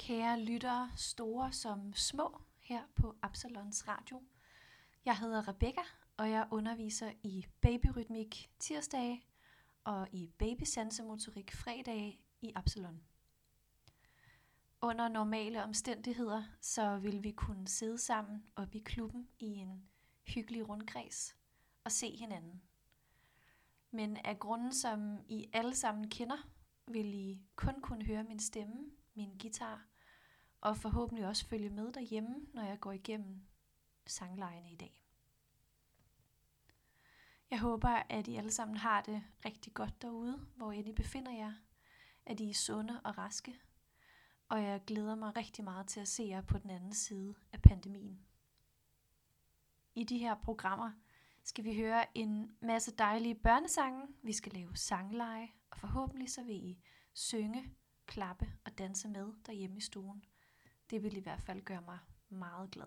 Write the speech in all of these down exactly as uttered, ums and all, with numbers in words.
kære lyttere, store som små, her på Absalons Radio. Jeg hedder Rebecca, og jeg underviser i babyrytmik tirsdage og i babysansemotorik fredage i Absalon. Under normale omstændigheder, så vil vi kunne sidde sammen oppe i klubben i en hyggelig rundkreds og se hinanden. Men af grunden, som I alle sammen kender, vil I kun kunne høre min stemme, min guitar, og forhåbentlig også følge med derhjemme, når jeg går igennem sanglejene i dag. Jeg håber, at I alle sammen har det rigtig godt derude, hvor end I befinder jer, at I er sunde og raske, og jeg glæder mig rigtig meget til at se jer på den anden side af pandemien. I de her programmer skal vi høre en masse dejlige børnesange, vi skal lave sangleje, og forhåbentlig så vil I synge, klappe og danse med derhjemme i stuen. Det vil i hvert fald gøre mig meget glad.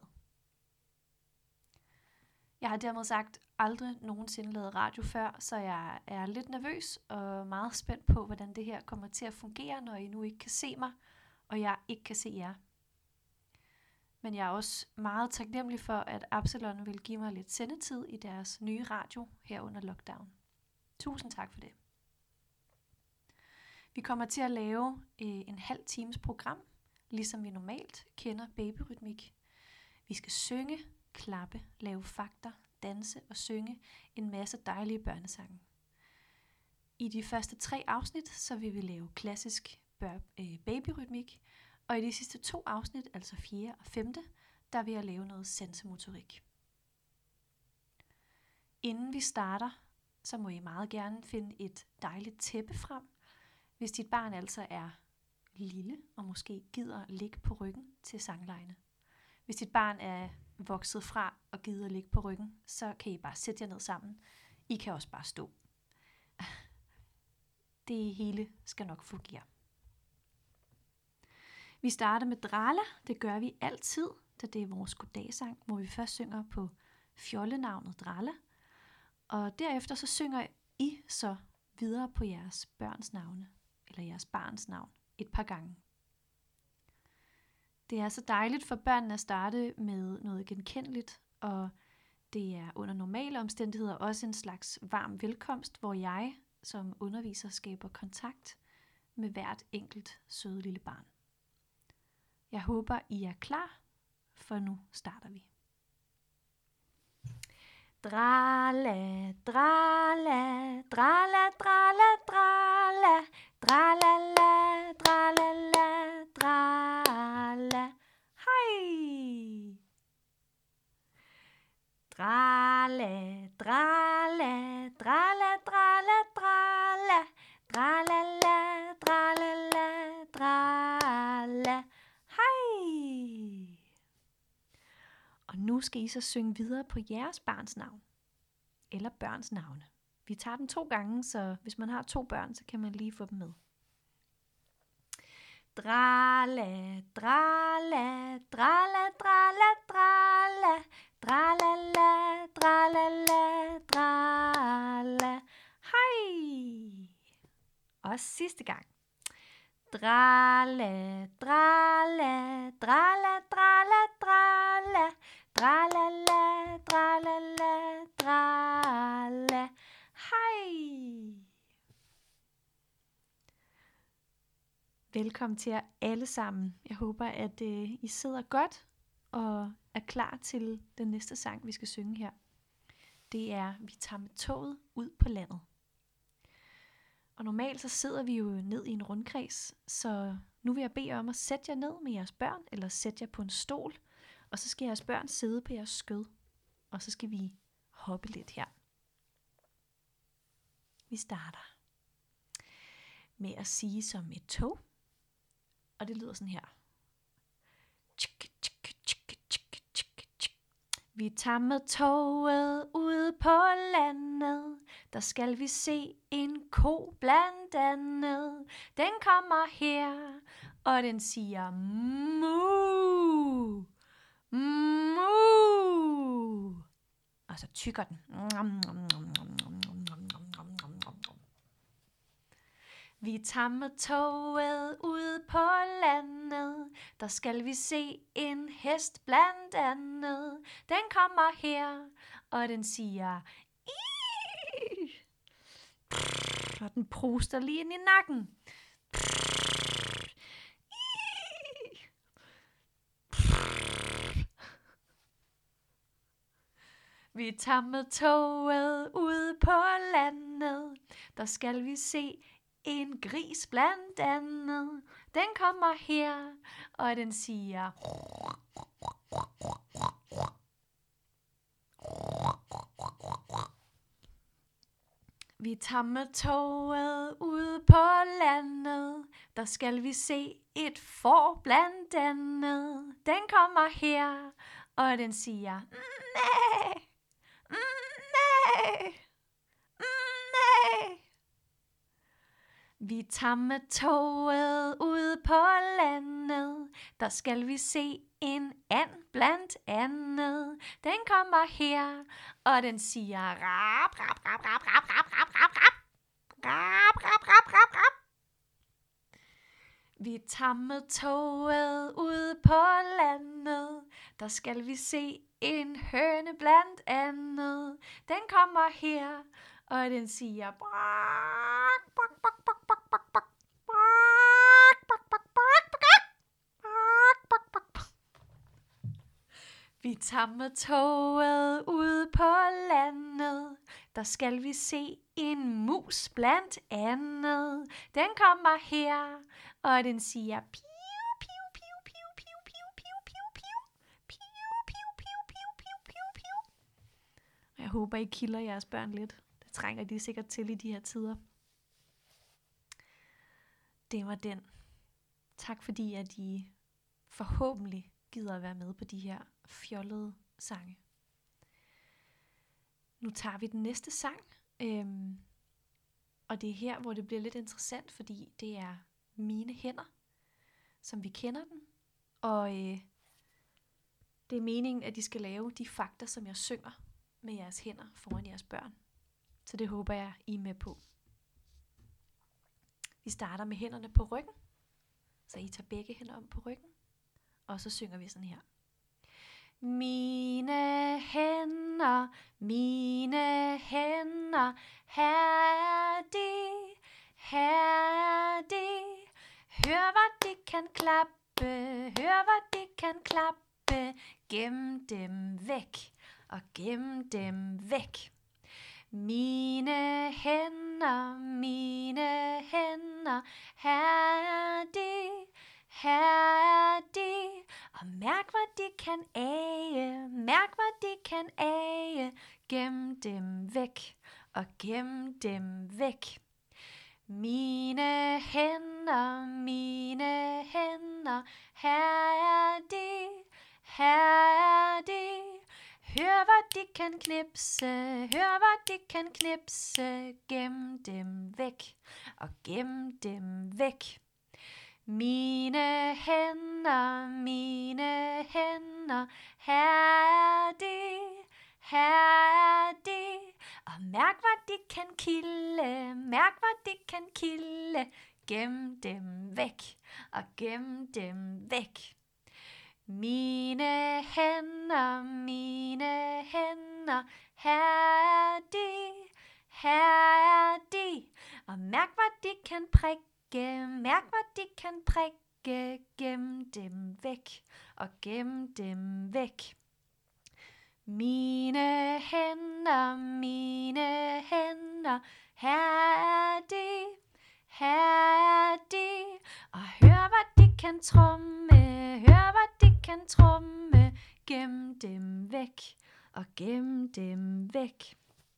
Jeg har dermed sagt aldrig nogensinde lavet radio før, så jeg er lidt nervøs og meget spændt på, hvordan det her kommer til at fungere, når I nu ikke kan se mig, og jeg ikke kan se jer. Men jeg er også meget taknemmelig for, at Absalon vil give mig lidt sendetid i deres nye radio her under lockdown. Tusind tak for det. Vi kommer til at lave øh, en halv times program, ligesom vi normalt kender babyrytmik. Vi skal synge, klappe, lave fakter, danse og synge en masse dejlige børnesange. I de første tre afsnit, så vil vi lave klassisk bør, øh, babyrytmik, og i de sidste to afsnit, altså fjerde og femte, der vil jeg lave noget sansemotorik. Inden vi starter, så må I meget gerne finde et dejligt tæppe frem, hvis dit barn altså er lille og måske gider ligge på ryggen til sanglejene. Hvis dit barn er vokset fra og gider ligge på ryggen, så kan I bare sætte jer ned sammen. I kan også bare stå. Det hele skal nok fungere. Vi starter med Drala. Det gør vi altid, da det er vores goddagsang, hvor vi først synger på fjollenavnet Drala. Og derefter så synger I så videre på jeres børns navne, eller jeres barns navn, et par gange. Det er så dejligt for børnene at starte med noget genkendeligt, og det er under normale omstændigheder også en slags varm velkomst, hvor jeg som underviser skaber kontakt med hvert enkelt søde lille barn. Jeg håber, I er klar, for nu starter vi. Drala, drala, drala, drala, drala, dralala, dralala, drala. Hej! Drala, drala, drala, drala, drala, dralala, dralala, drala. Hej! Og nu skal I så synge videre på jeres barns navn. Eller børns navne. Vi tager den to gange, så hvis man har to børn, så kan man lige få dem med. Drala, drala, drala, drala, drala, dralala, dralala, drala. Hej! Og sidste gang. Drala, drala, drala, drala, drala, dralala, dralala, drala. Hej! Velkommen til jer alle sammen. Jeg håber, at øh, I sidder godt og er klar til den næste sang, vi skal synge her. Det er Vi tager med toget ud på landet. Og normalt så sidder vi jo ned i en rundkreds, så nu vil jeg bede om at sætte jer ned med jeres børn, eller sætte jer på en stol, og så skal jeres børn sidde på jeres skød, og så skal vi hoppe lidt her. Vi starter med at sige som et tog, og det lyder sådan her. Vi tager med toget ud på landet, der skal vi se en ko blandt andet. Den kommer her, og den siger mu, mu. Og så tykker den. Vi tager med toget ud på landet, der skal vi se en hest blandt andet. Den kommer her, og den siger Ih! Og den pruster lige ind i nakken. Ih! Vi tager med toget ud på landet, der skal vi se en gris blandt andet. Den kommer her, og den siger Vi tager med toget ud på landet, der skal vi se et får blandt andet. Den kommer her, og den siger Næh, næh, næh. Vi tager med toget ud på landet, der skal vi se en and blandt andet. Den kommer her, og den siger rap, rap, rap, rap, rap, rap, rap, rap, rap, rap, rap, rap, rap, rap. Vi tager med toget ud på landet, der skal vi se en høne blandt andet. Den kommer her, og den siger brak, brak, brak, brak, brak, brak, brak, brak, brak, brak, brak, brak, brak, brak, brak. Vi tager med toget ud på landet, der skal vi se en mus blandt andet. Den kommer her, og den siger piu, piu, piu, piu, piu, piu, piu, piu, piu, piu, piu, piu, piu, piu, piu, piu. Jeg håber, I kilder jeres børn lidt. Det trænger de sikkert til i de her tider. Det var den. Tak fordi, at I forhåbentlig gider at være med på de her fjollede sange. Nu tager vi den næste sang. Øhm, og det er her, hvor det bliver lidt interessant, fordi det er mine hænder, som vi kender den. Og øh, det er meningen, at de skal lave de fakta, som jeg synger med jeres hænder foran jeres børn. Så det håber jeg, I er med på. Vi starter med hænderne på ryggen. Så I tager begge hænder om på ryggen. Og så synger vi sådan her. Mine hænder, mine hænder, her er de, her er de. Hør hvad de kan klappe, hør hvad de kan klappe. Gem dem væk, og gem dem væk. Mine hænder, mine hænder, her er de, her er de. Og mærk hvad de kan age, mærk hvad de kan age. Gem dem væk, og gem dem væk. Mine hænder, mine hænder, her er de, her er de. Hør hvad de kan knipse, hør hvad de kan knipse. Gem dem væk, og gem dem væk. Mine hænder, mine hænder, her er de, her er de. Og mærk hvad de kan kilde, mærk hvad de kan kilde. Gem dem væk, og gem dem væk. Mine hænder, mine hænder, her er de, her er de. Og mærk hvad de kan prikke, mærk hvad de kan prikke. Gem dem væk, og gem dem væk. Mine hænder, mine hænder, her er de, her er de. Og hør hvad de kan tromme, hør hvad de kan tromme. Gem dem væk, og gem dem væk.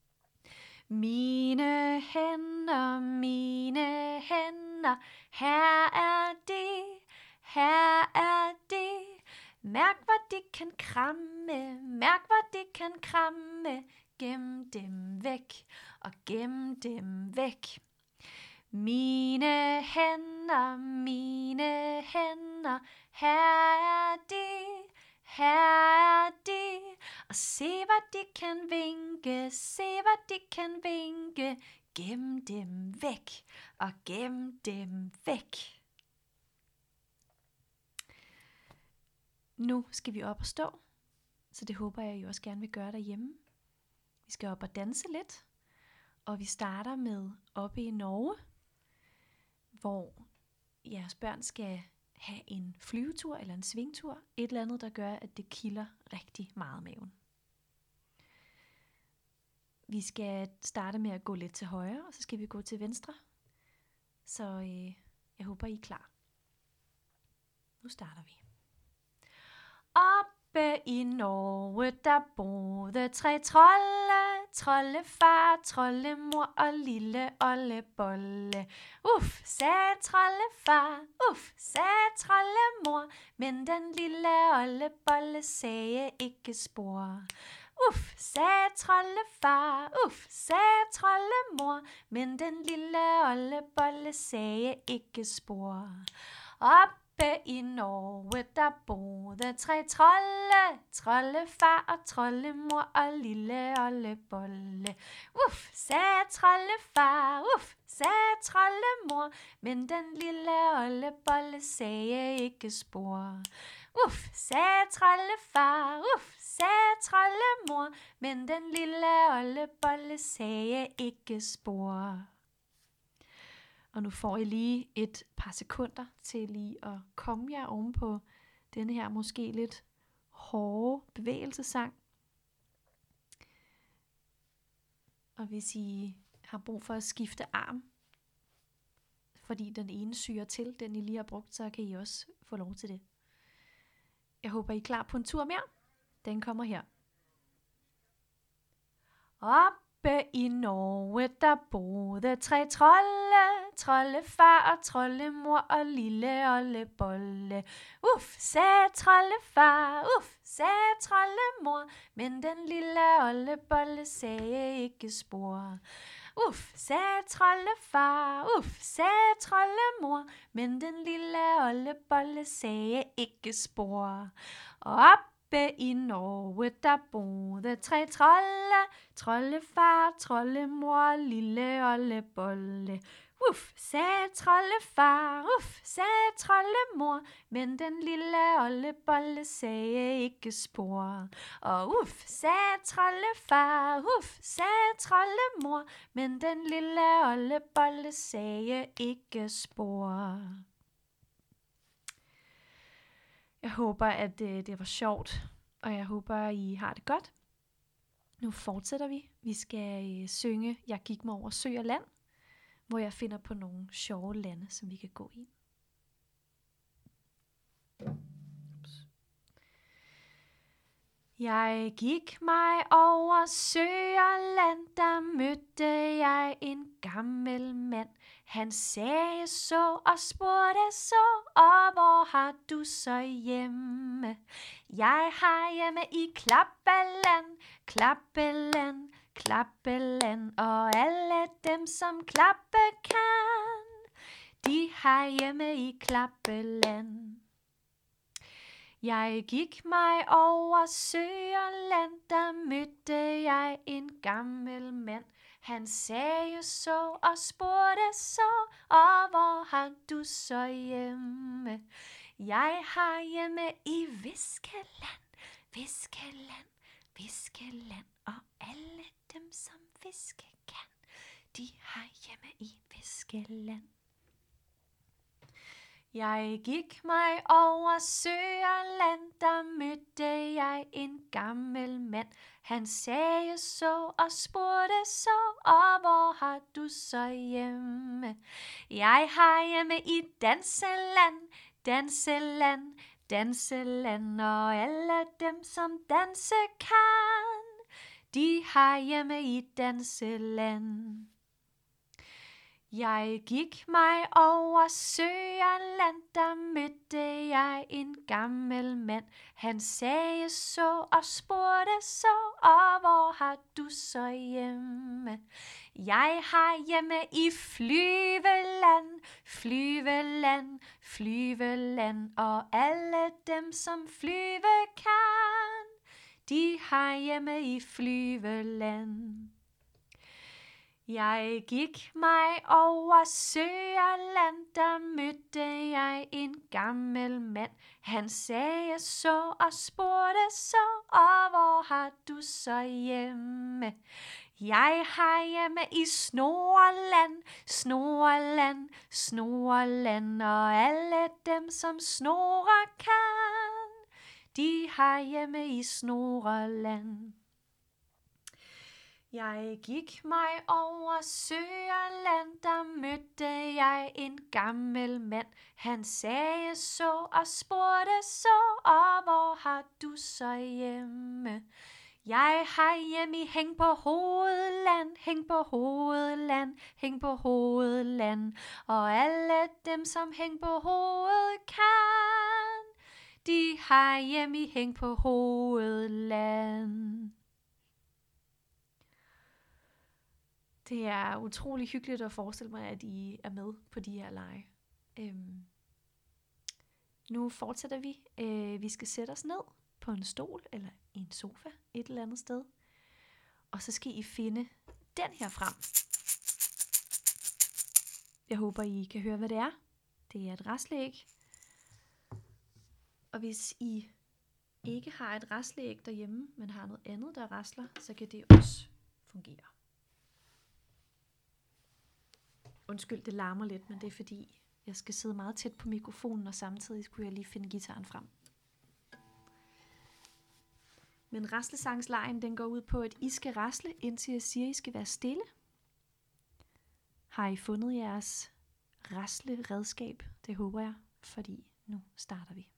Mine hænder, mine hænder, her er de, her er de. Mærk hvad de kan kramme, mærk hvad de kan kramme. Gem dem væk, og gem dem væk. Mine hænder, mine hænder, her er de, her er de. Og se hvad de kan vinke, se hvad de kan vinke. gemme dem væk, og gemme dem væk. Nu skal vi op og stå, så det håber jeg, I også gerne vil gøre derhjemme. Vi skal op og danse lidt, og vi starter med oppe i Norge, hvor jeres børn skal have en flyvetur eller en svingtur. Et eller andet, der gør, at det kilder rigtig meget maven. Vi skal starte med at gå lidt til højre, og så skal vi gå til venstre. Så øh, jeg håber, I er klar. Nu starter vi. Oppe i Norge, der boede tre trolde, troldefar, troldemor og lille oldebolle. Uff, sagde troldefar, uff, sagde troldemor, men den lille oldebolle sagde ikke spor. Uff, sagde troldefar, uff, sagde troldemor, men den lille oldebolle sagde ikke spor. Oppe i Norge, der boede tre trolde, troldefar og troldemor og lille oldebolle. Uff, sagde troldefar, uff, sagde troldemor, men den lille oldebolle sagde ikke spor. Uff, sagde troldefar, uff, sagde troldemor, men den lille oldebolle sagde ikke spor. Og nu får I lige et par sekunder til lige at komme jer oven på denne her måske lidt hårde bevægelsessang. Og hvis I har brug for at skifte arm, fordi den ene syrer til, den I lige har brugt, så kan I også få lov til det. Jeg håber, I er klar på en tur mere. Den kommer her. Oppe i Norge, der boede tre trolde, troldefar og troldemor og lille oldebolle. Uff, sagde troldefar, uff, sagde troldemor, men den lille oldebolle sagde ikke spor. Uff, sagde troldefar, uff, sagde troldemor, men den lille oldebolle sagde ikke spor. Og oppe i Norge, der boede tre trolde, troldefar, troldemor, lille oldebolle. Uff, sagde troldefar, uff, sagde troldemor, men den lille oldebolle sagde ikke spor. Og uff, sagde troldefar, uff, sagde troldemor, men den lille oldebolle sagde ikke spor. Jeg håber, at øh, det var sjovt, og jeg håber, I har det godt. Nu fortsætter vi. Vi skal øh, synge Jeg gik mig over sø og land, hvor jeg finder på nogle sjove lande, som vi kan gå i. Ups. Jeg gik mig over sø og land, der mødte jeg en gammel mand. Han sagde så og spurgte så, og hvor har du så hjemme? Jeg har hjemme i Klappeland, Klappeland, Klappeland, og alle dem som klappe kan, de har hjemme i Klappeland. Jeg gik mig over sø og land, der mødte jeg en gammel mand. Han sagde så og spurgte så, og hvor har du så hjemme? Jeg har hjemme i Viskeland, Viskeland, Viskeland, og alle dem som viske kan, de har hjemme i Viskeland. Jeg gik mig over sø og land, der mødte jeg en gammel mand. Han sagde så og spurgte så, og hvor har du så hjemme? Jeg har hjemme i Danseland, Danseland, Danseland, og alle dem som danse kan, de har hjemme i Danseland. Jeg gik mig over sø og land, der mødte jeg en gammel mand. Han sagde så og spurgte så, og hvor har du så hjemme? Jeg har hjemme i Flyveland, Flyveland, Flyveland, og alle dem som flyve kan, de har hjemme i Flyveland. Jeg gik mig over sø og land, der mødte jeg en gammel mand. Han sagde så og spurgte så, og hvor har du så hjemme? Jeg har hjemme i Snorland, Snorland, Snorland, og alle dem som snorer kan, de har hjemme i Snorland. Jeg gik mig over sø og land, der mødte jeg en gammel mand. Han sagde så og spurgte så, og hvor har du så hjemme? Jeg har hjemme i Hæng på Hovedland, Hæng på Hovedland, Hæng på Hovedland, og alle dem som Hæng på Hovedet kan, de har hjemme i Hæng på Hovedland. Det er utrolig hyggeligt at forestille mig, at I er med på de her lege. Øhm. Nu fortsætter vi. Øh, vi skal sætte os ned på en stol eller i en sofa et eller andet sted. Og så skal I finde den her frem. Jeg håber, I kan høre, hvad det er. Det er et rasleæg. Og hvis I ikke har et rasleæg derhjemme, men har noget andet, der rasler, så kan det også fungere. Undskyld, det larmer lidt, men det er fordi, jeg skal sidde meget tæt på mikrofonen, og samtidig skulle jeg lige finde guitaren frem. Men raslesangslejen, den går ud på, at I skal rasle, indtil jeg siger, at I skal være stille. Har I fundet jeres rasleredskab? Det håber jeg, fordi nu starter vi.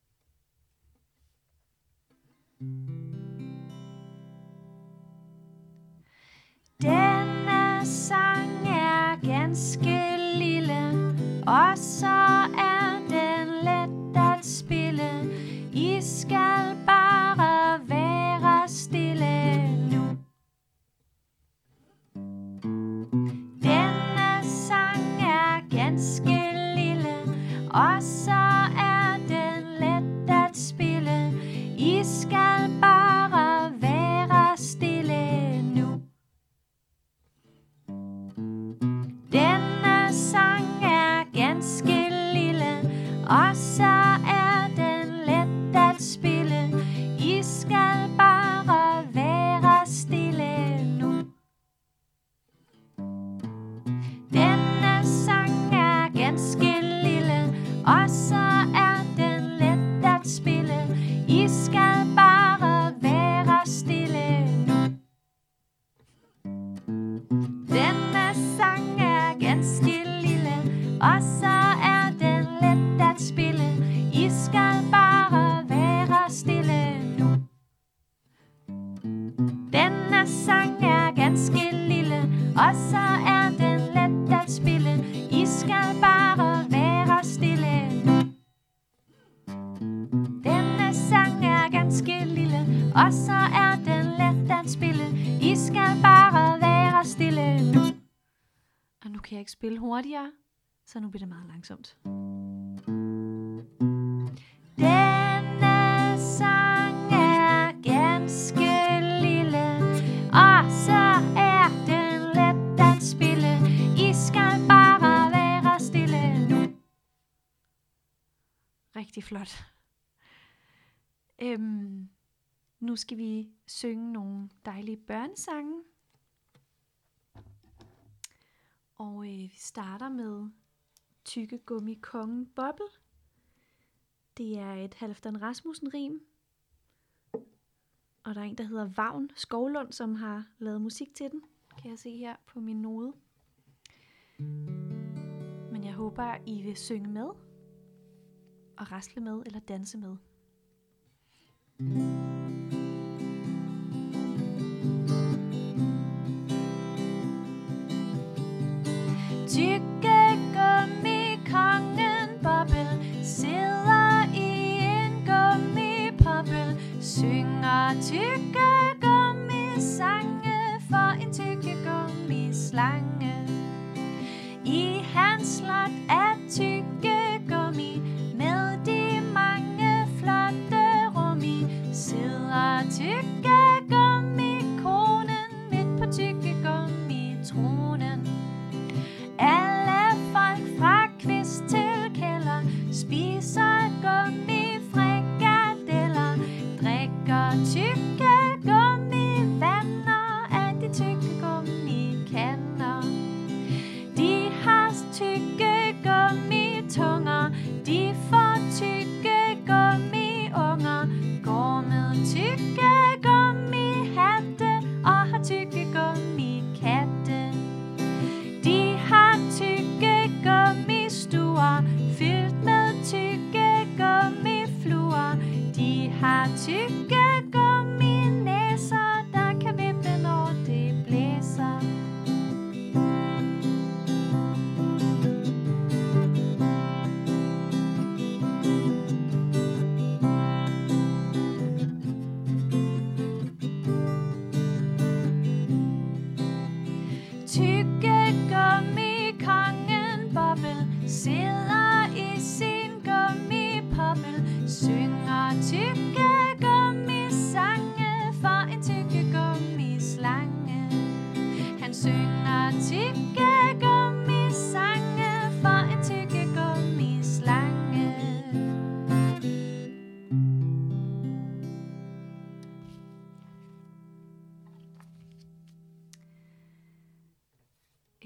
Denne sang er ganske lille, og så er den let at spille. I skal bare være stille nu. Denne sang er ganske lille, og så er den let at spille. I skal bare være stille nu. Denne sang er ganske lille, og så er den let at spille. I skal bare være stille nu. Denne sang er ganske lille, og så er den let at spille. I skal bare være stille nu. Denne sang er ganske lille, og så er den let at spille. I skal bare være stille nu. Denne sang er ganske lille, og så er den let at spille. I skal bare være stille nu. Denne sang er ganske lille, og så er den let at spille. I skal bare være stille nu. Og nu kan jeg ikke spille hurtigere, så nu bliver det meget langsomt. Denne sang er ganske lille, og så er den let at spille. I skal bare være stille nu. Rigtig flot. Øhm, nu skal vi synge nogle dejlige børnesange. Og øh, vi starter med Tyggegummi Kongen Bobbel. Det er et Halfdan Rasmussen rim. Og der er en, der hedder Vagn Skovlund, som har lavet musik til den. Kan jeg se her på min node. Men jeg håber, I vil synge med. Og rasle med eller danse med. Tyggegummi kongen Bobbel sidder i en gummipoppel, synger tyggegummi sange for en tyggegummi slange. I hans slot er tyggegummi med de mange flotte rum i, sidder tyggegummi konen midt på tyggegummi tronen.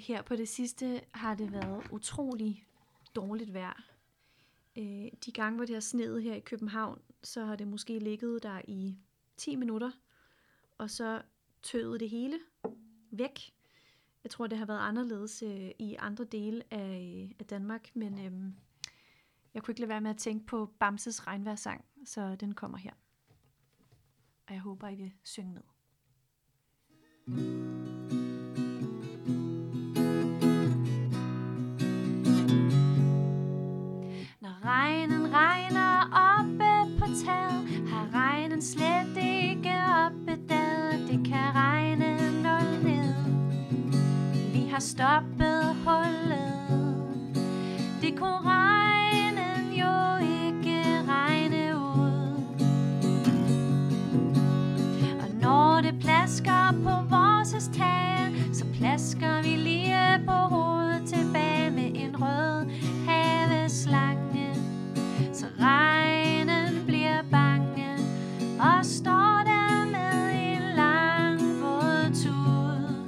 Her på det sidste har det været utrolig dårligt vejr. Øh, de gange, hvor det har sneet her i København, så har det måske ligget der i ti minutter, og så tøede det hele væk. Jeg tror, det har været anderledes øh, i andre dele af, af Danmark, men øh, jeg kunne ikke lade være med at tænke på Bamses regnvejrssang, så den kommer her. Og jeg håber, I vil synge med. Når regnen regner oppe på taget, har regnen slet ikke opdaget. Det kan regne nul ned. Vi har stoppet hullet. Det kunne regnen jo ikke regne ud. Og når det plasker på vores tag, så plasker vi lige på hovedet tilbage med en rød haveslange. Så regnen bliver bange og står der med en lang våd tud.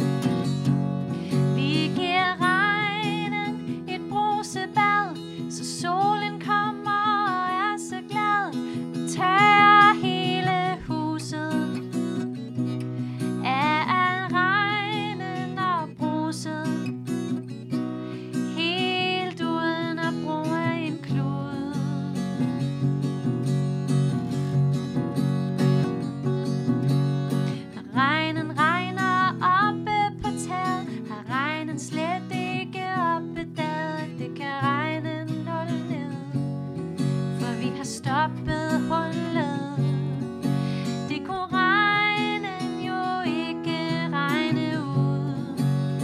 Vi giver regnen et brusebad, så solen kommer og er så glad og tørrer hele huset af al regnen og bruset, helt uden at bruge en klud. Når regnen regner oppe på taget, har regnen slet ikke opdaget. Det kan regne nul ned, for vi har stoppet hullet. Det kunne regnen jo ikke regne ud.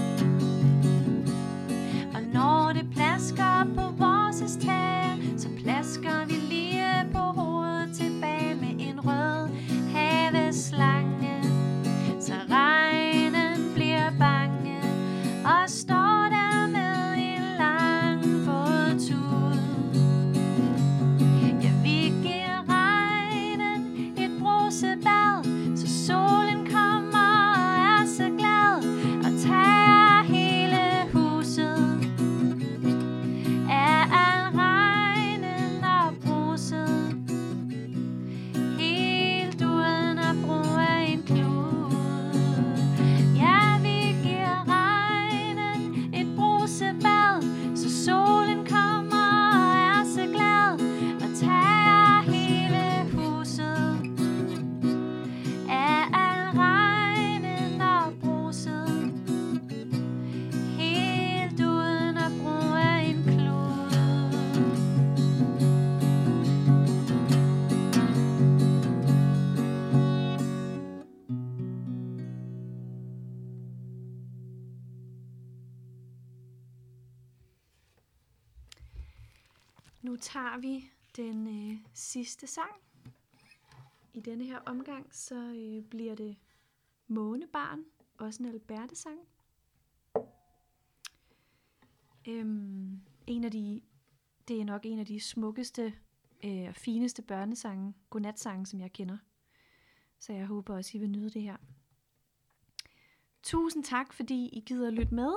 Og når det plasker på vores tag, så plasker vi lige på hovedet tilbage med en rød haveslange. Så regnen bliver bange og står der med en lang våd tud. Ja, vi giver regnen et brusebad, så solen kommer og er så glad og tager hele huset af al regnen og bruset, helt uden at bruge en klud. Ja, vi giver regnen et brusebad, så solen kommer og er så glad og tager hele huset af al regnen og bruset, helt uden at bruge en klud. Nu tager vi den øh, sidste sang. I denne her omgang, så øh, bliver det Månebarn, også en Alberte-sang. Øhm, en af de, det er nok en af de smukkeste øh, og fineste børnesange, godnatsange, som jeg kender. Så jeg håber også, I vil nyde det her. Tusind tak, fordi I gider lytte med.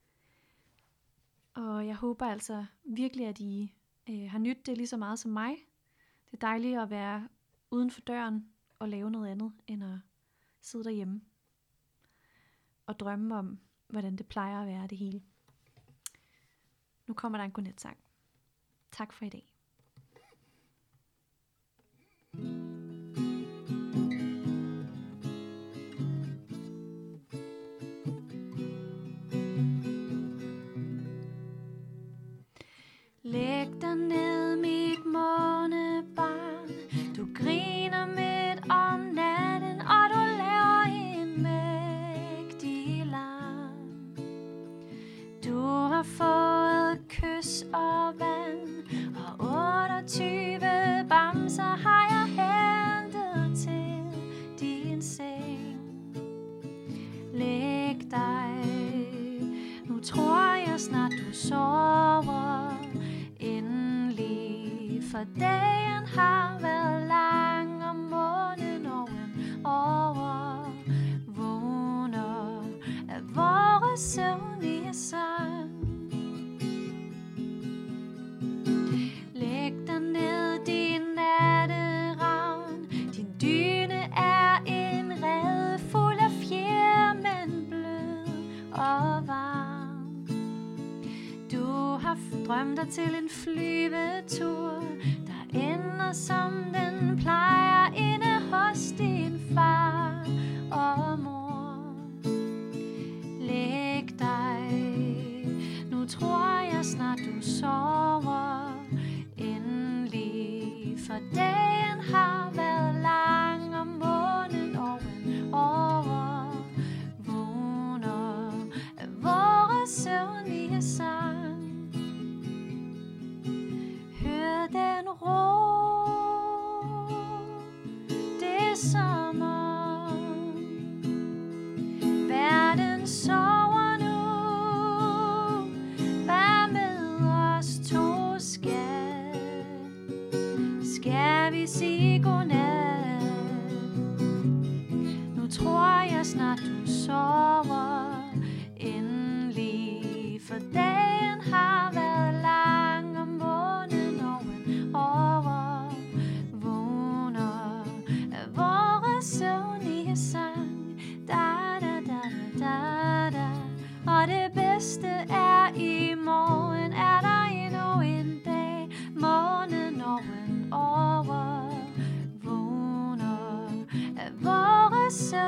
Og jeg håber altså virkelig, at I øh, har nydt det lige så meget som mig. Det er dejligt at være uden for døren og lave noget andet, end at sidde derhjemme og drømme om, hvordan det plejer at være det hele. Nu kommer der en godnatsang. Tak for i dag. Læg dig ned, mit månebarn. Du griner midt om natten, og du laver en mægtig larm. Du har fået kys og vand, og otteogtyve bamser har jeg hentet til din seng. Læg dig, nu tror jeg snart du sover endelig, for dagen har været lang, og månen oven over vågner af vores søvn haft drømte til en flyvetur, der ender som den plejer inde hos din far og mor. Læg dig, nu tror jeg snart du sover endelig, for dagen har været lang og månen oven over vågner af vores søvnlige sang. Hør den ro, det er sommer, verden sover nu. Hvad med os to skal, skal vi sige godnat? Nu tror jeg snart du sover endelig, for dagen har været lang og månen oven over vågner af vores søvnlige sang. Da, da, da, da, da. Og det bedste er, i morgen er der endnu en dag, månen oven over vågner af vores søvnlige